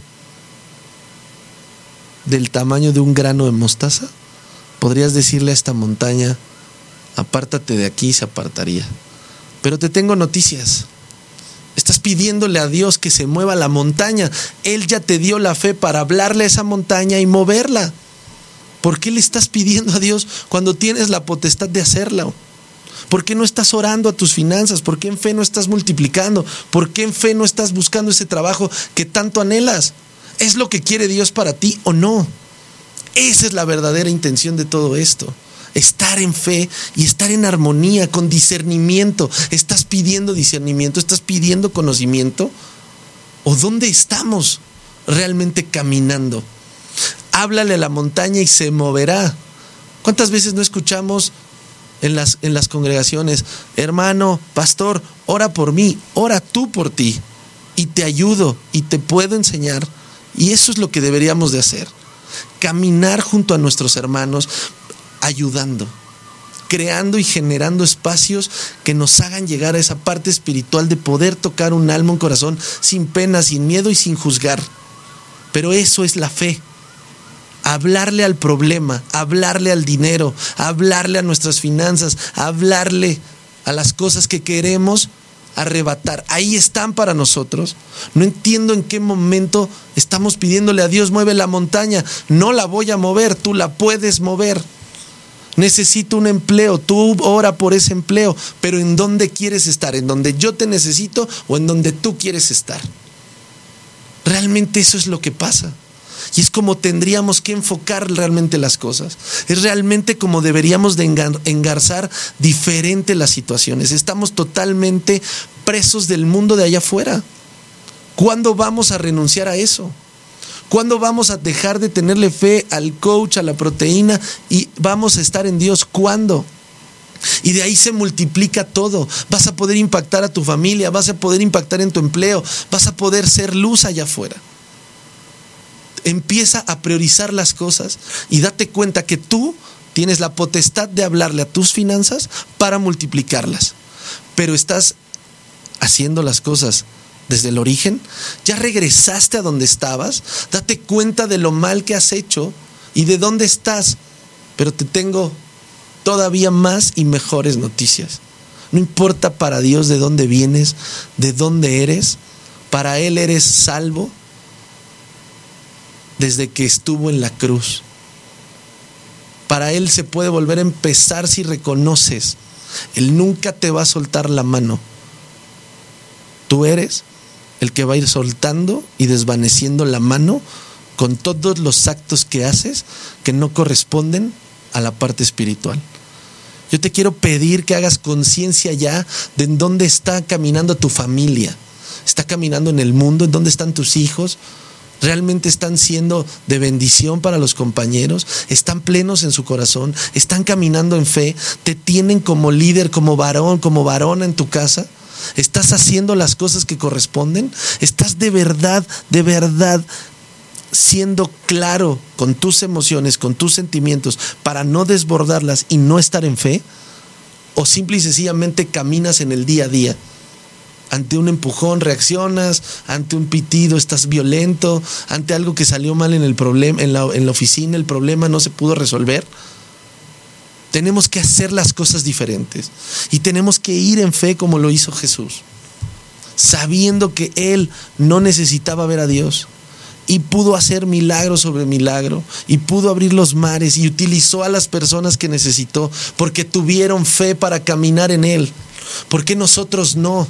del tamaño de un grano de mostaza, podrías decirle a esta montaña, apártate de aquí, y se apartaría. Pero te tengo noticias. Estás pidiéndole a Dios que se mueva la montaña. Él ya te dio la fe para hablarle a esa montaña y moverla. ¿Por qué le estás pidiendo a Dios cuando tienes la potestad de hacerla? ¿Por qué no estás orando a tus finanzas? ¿Por qué en fe no estás multiplicando? ¿Por qué en fe no estás buscando ese trabajo que tanto anhelas? ¿Es lo que quiere Dios para ti o no? Esa es la verdadera intención de todo esto. Estar en fe y estar en armonía, con discernimiento. ¿Estás pidiendo discernimiento? ¿Estás pidiendo conocimiento? ¿O dónde estamos realmente caminando? Háblale a la montaña y se moverá. ¿Cuántas veces no escuchamos en las congregaciones, hermano, pastor, ora por mí, ora tú por ti, y te ayudo y te puedo enseñar? Y eso es lo que deberíamos de hacer, caminar junto a nuestros hermanos, ayudando, creando y generando espacios que nos hagan llegar a esa parte espiritual de poder tocar un alma, un corazón, sin pena, sin miedo y sin juzgar. Pero eso es la fe. Hablarle al problema, hablarle al dinero, hablarle a nuestras finanzas, hablarle a las cosas que queremos arrebatar. Ahí están para nosotros. No entiendo en qué momento estamos pidiéndole a Dios, mueve la montaña. No la voy a mover, tú la puedes mover. Necesito un empleo, tú ora por ese empleo, pero ¿en dónde quieres estar? ¿En donde yo te necesito o en donde tú quieres estar? Realmente eso es lo que pasa. Y es como tendríamos que enfocar realmente las cosas. Es realmente como deberíamos de engarzar diferente las situaciones. Estamos totalmente presos del mundo de allá afuera. ¿Cuándo vamos a renunciar a eso? ¿Cuándo vamos a dejar de tenerle fe al coach, a la proteína, y vamos a estar en Dios? ¿Cuándo? Y de ahí se multiplica todo. Vas a poder impactar a tu familia, vas a poder impactar en tu empleo, vas a poder ser luz allá afuera. Empieza a priorizar las cosas y date cuenta que tú tienes la potestad de hablarle a tus finanzas para multiplicarlas. Pero estás haciendo las cosas desde el origen. Ya regresaste a donde estabas. Date cuenta de lo mal que has hecho y de dónde estás. Pero te tengo todavía más y mejores noticias. No importa para Dios de dónde vienes, de dónde eres. Para Él eres salvo desde que estuvo en la cruz. Para Él se puede volver a empezar si reconoces. Él nunca te va a soltar la mano. Tú eres el que va a ir soltando y desvaneciendo la mano con todos los actos que haces que no corresponden a la parte espiritual. Yo te quiero pedir que hagas conciencia ya de en dónde está caminando tu familia. ¿Está caminando en el mundo? ¿En dónde están tus hijos? ¿Realmente están siendo de bendición para los compañeros? ¿Están plenos en su corazón? ¿Están caminando en fe? ¿Te tienen como líder, como varón, como varona en tu casa? ¿Estás haciendo las cosas que corresponden? ¿Estás de verdad siendo claro con tus emociones, con tus sentimientos, para no desbordarlas y no estar en fe? ¿O simple y sencillamente caminas en el día a día? Ante un empujón reaccionas, ante un pitido estás violento, ante algo que salió mal en el problema, en la oficina, el problema no se pudo resolver. Tenemos que hacer las cosas diferentes y tenemos que ir en fe como lo hizo Jesús, sabiendo que Él no necesitaba ver a Dios y pudo hacer milagro sobre milagro y pudo abrir los mares y utilizó a las personas que necesitó porque tuvieron fe para caminar en Él. ¿Por qué nosotros no?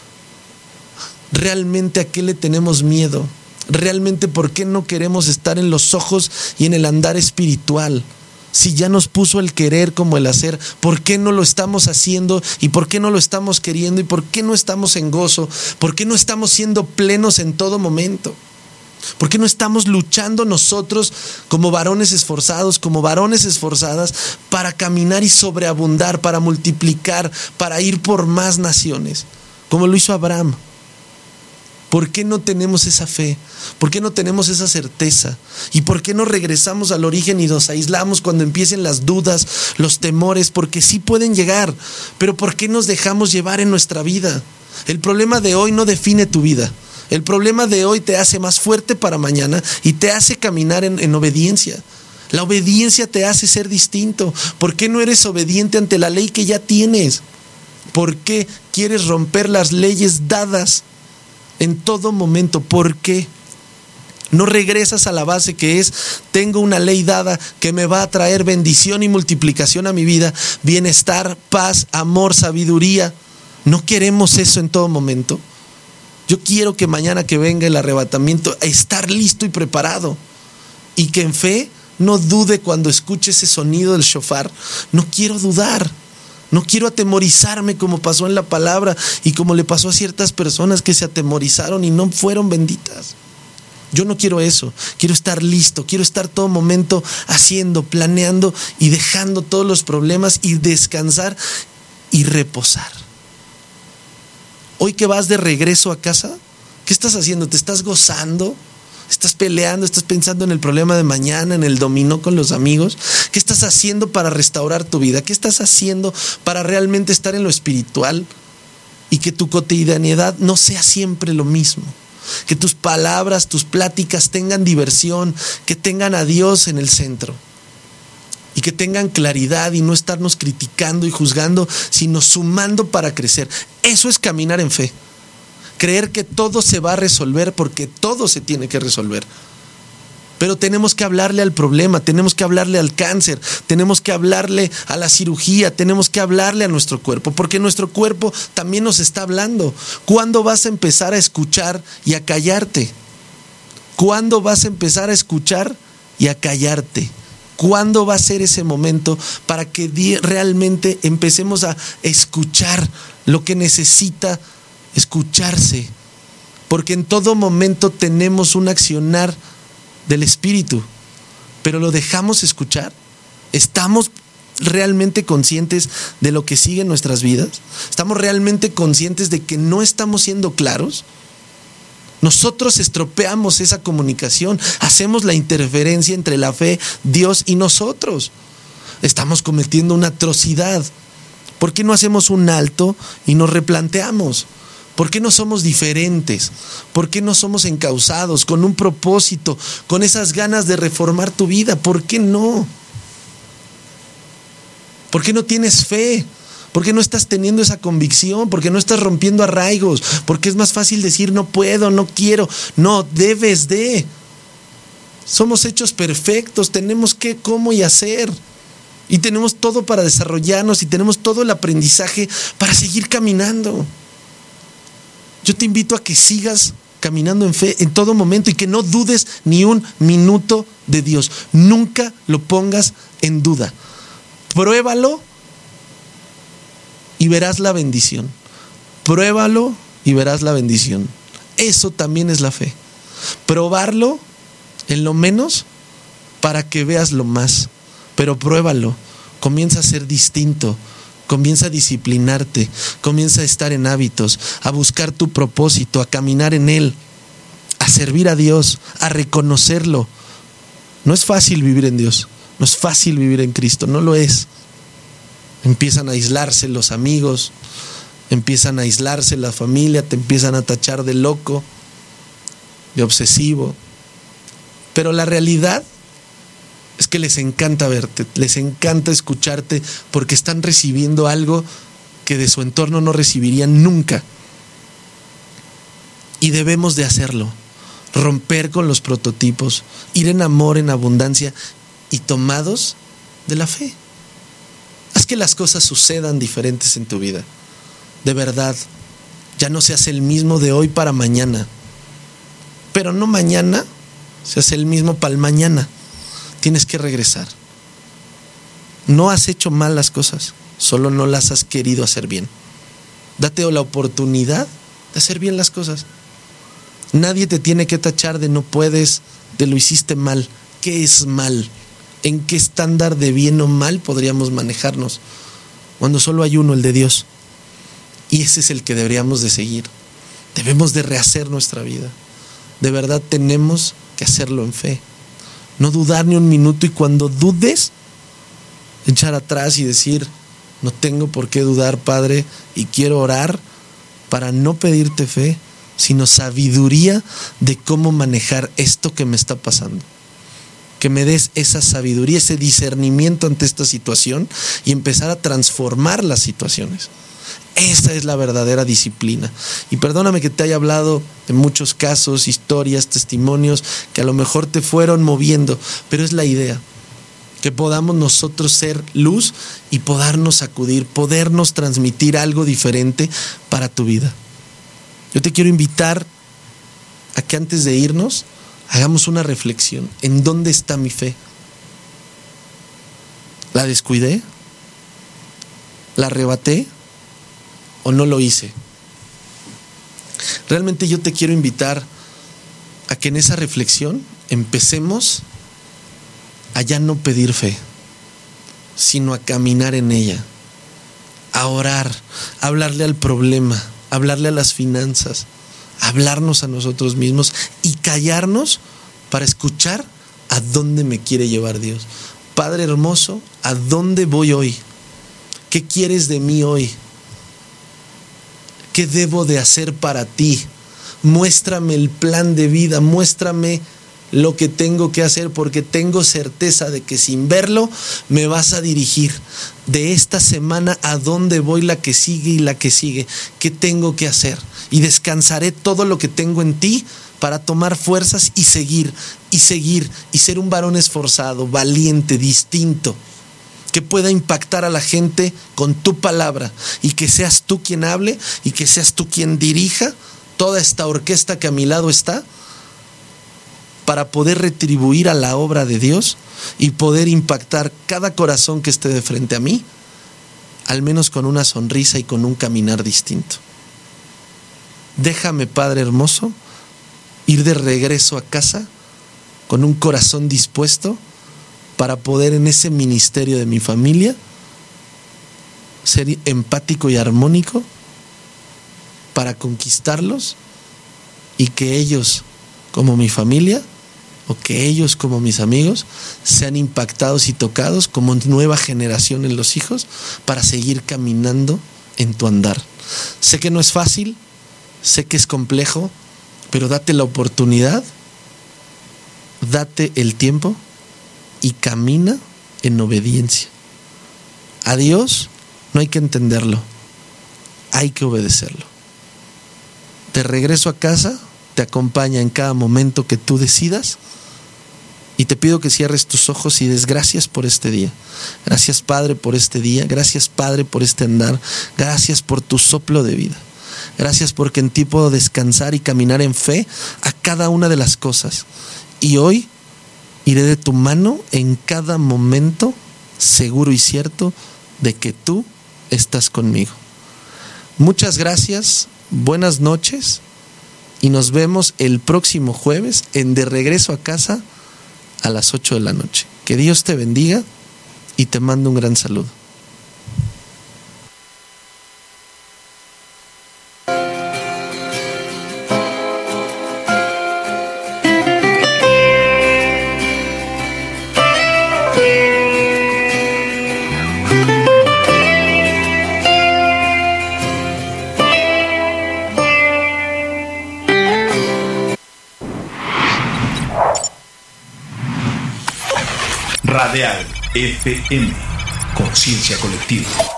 ¿Realmente a qué le tenemos miedo? ¿Realmente por qué no queremos estar en los ojos y en el andar espiritual? Si ya nos puso el querer como el hacer, ¿por qué no lo estamos haciendo? ¿Y por qué no lo estamos queriendo? ¿Y por qué no estamos en gozo? ¿Por qué no estamos siendo plenos en todo momento? ¿Por qué no estamos luchando nosotros como varones esforzados, como varones esforzadas para caminar y sobreabundar, para multiplicar, para ir por más naciones, como lo hizo Abraham? ¿Por qué no tenemos esa fe? ¿Por qué no tenemos esa certeza? ¿Y por qué no regresamos al origen y nos aislamos cuando empiecen las dudas, los temores? Porque sí pueden llegar, pero ¿por qué nos dejamos llevar en nuestra vida? El problema de hoy no define tu vida. El problema de hoy te hace más fuerte para mañana y te hace caminar en obediencia. La obediencia te hace ser distinto. ¿Por qué no eres obediente ante la ley que ya tienes? ¿Por qué quieres romper las leyes dadas en todo momento? ¿Por qué no regresas a la base que es: tengo una ley dada que me va a traer bendición y multiplicación a mi vida, bienestar, paz, amor, sabiduría? ¿No queremos eso en todo momento? Yo quiero que mañana que venga el arrebatamiento, estar listo y preparado, y que en fe no dude cuando escuche ese sonido del shofar. No quiero dudar. No quiero atemorizarme como pasó en la palabra y como le pasó a ciertas personas que se atemorizaron y no fueron benditas. Yo no quiero eso. Quiero estar listo, quiero estar todo momento haciendo, planeando y dejando todos los problemas y descansar y reposar. Hoy que vas de regreso a casa, ¿qué estás haciendo? ¿Te estás gozando? ¿Estás peleando? ¿Estás pensando en el problema de mañana, en el dominó con los amigos? ¿Qué estás haciendo para restaurar tu vida? ¿Qué estás haciendo para realmente estar en lo espiritual? Y que tu cotidianidad no sea siempre lo mismo. Que tus palabras, tus pláticas tengan diversión, que tengan a Dios en el centro. Y que tengan claridad y no estarnos criticando y juzgando, sino sumando para crecer. Eso es caminar en fe. Creer que todo se va a resolver, porque todo se tiene que resolver. Pero tenemos que hablarle al problema, tenemos que hablarle al cáncer, tenemos que hablarle a la cirugía, tenemos que hablarle a nuestro cuerpo, porque nuestro cuerpo también nos está hablando. ¿Cuándo vas a empezar a escuchar y a callarte? ¿Cuándo vas a empezar a escuchar y a callarte? ¿Cuándo va a ser ese momento para que realmente empecemos a escuchar lo que necesita escucharse? Porque en todo momento tenemos un accionar del Espíritu, pero ¿lo dejamos escuchar? ¿Estamos realmente conscientes de lo que sigue en nuestras vidas? ¿Estamos realmente conscientes de que no estamos siendo claros? Nosotros estropeamos esa comunicación, hacemos la interferencia entre la fe, Dios y nosotros. Estamos cometiendo una atrocidad. ¿Por qué no hacemos un alto y nos replanteamos? ¿Por qué no somos diferentes? ¿Por qué no somos encausados con un propósito, con esas ganas de reformar tu vida? ¿Por qué no? ¿Por qué no tienes fe? ¿Por qué no estás teniendo esa convicción? ¿Por qué no estás rompiendo arraigos? ¿Por qué es más fácil decir no puedo, no quiero? No, debes de. Somos hechos perfectos, tenemos qué, cómo y hacer. Y tenemos todo para desarrollarnos y tenemos todo el aprendizaje para seguir caminando. Yo te invito a que sigas caminando en fe en todo momento y que no dudes ni un minuto de Dios. Nunca lo pongas en duda. Pruébalo y verás la bendición. Pruébalo y verás la bendición. Eso también es la fe. Probarlo en lo menos para que veas lo más. Pero pruébalo. Comienza a ser distinto. Comienza a disciplinarte. Comienza a estar en hábitos. A buscar tu propósito. A caminar en él. a servir a Dios, a reconocerlo. No es fácil vivir en Dios, no es fácil vivir en Cristo, no lo es. Empiezan a aislarse los amigos, empiezan a aislarse la familia, te empiezan a tachar de loco, de obsesivo. Pero la realidad es que les encanta verte, les encanta escucharte, porque están recibiendo algo que de su entorno no recibirían nunca. Y debemos de hacerlo, romper con los prototipos, ir en amor, en abundancia y tomados de la fe. Haz que las cosas sucedan diferentes en tu vida. De verdad, ya no seas el mismo de hoy para mañana. Pero no mañana seas el mismo para el mañana. Tienes que regresar. No has hecho mal las cosas, solo no las has querido hacer bien. Date la oportunidad de hacer bien las cosas. Nadie te tiene que tachar de no puedes, de lo hiciste mal. ¿Qué es mal? ¿En qué estándar de bien o mal podríamos manejarnos? Cuando solo hay uno, el de Dios. Y ese es el que deberíamos de seguir. Debemos de rehacer nuestra vida. De verdad tenemos que hacerlo en fe. No dudar ni un minuto, y cuando dudes, echar atrás y decir: no tengo por qué dudar, Padre, y quiero orar para no pedirte fe, sino sabiduría de cómo manejar esto que me está pasando. Que me des esa sabiduría, ese discernimiento ante esta situación y empezar a transformar las situaciones. Esa es la verdadera disciplina. Y perdóname que te haya hablado de muchos casos, historias, testimonios que a lo mejor te fueron moviendo, pero es la idea. Que podamos nosotros ser luz y podernos sacudir, podernos transmitir algo diferente para tu vida. Yo te quiero invitar a que antes de irnos hagamos una reflexión. ¿En dónde está mi fe? ¿La descuidé? ¿La arrebaté? ¿O no lo hice? Realmente yo te quiero invitar a que en esa reflexión empecemos a ya no pedir fe, sino a caminar en ella, a orar, a hablarle al problema, a hablarle a las finanzas, a hablarnos a nosotros mismos y callarnos para escuchar a dónde me quiere llevar Dios. Padre hermoso, ¿a dónde voy hoy? ¿Qué quieres de mí hoy? ¿Qué debo de hacer para ti? Muéstrame el plan de vida, muéstrame lo que tengo que hacer, porque tengo certeza de que sin verlo me vas a dirigir. De esta semana, ¿a dónde voy la que sigue y la que sigue? ¿Qué tengo que hacer? Y descansaré todo lo que tengo en ti para tomar fuerzas y seguir, y ser un varón esforzado, valiente, distinto, que pueda impactar a la gente con tu palabra, y que seas tú quien hable y que seas tú quien dirija toda esta orquesta que a mi lado está, para poder retribuir a la obra de Dios y poder impactar cada corazón que esté de frente a mí, al menos con una sonrisa y con un caminar distinto. Déjame, Padre hermoso, ir de regreso a casa con un corazón dispuesto para poder en ese ministerio de mi familia ser empático y armónico, para conquistarlos y que ellos como mi familia, o que ellos como mis amigos, sean impactados y tocados como nueva generación en los hijos, para seguir caminando en tu andar. Sé que no es fácil, sé que es complejo, pero date la oportunidad, date el tiempo y camina en obediencia. A Dios no hay que entenderlo, hay que obedecerlo. De regreso a casa, te acompaña en cada momento que tú decidas, y te pido que cierres tus ojos y des gracias por este día. Gracias, Padre, por este día. Gracias, Padre, por este andar. Gracias por tu soplo de vida. Gracias porque en ti puedo descansar y caminar en fe a cada una de las cosas. Y hoy iré de tu mano en cada momento, seguro y cierto de que tú estás conmigo. Muchas gracias, buenas noches, y nos vemos el próximo jueves en De Regreso a Casa a las 8 de la noche. Que Dios te bendiga y te mando un gran saludo. Radial FM. Conciencia colectiva.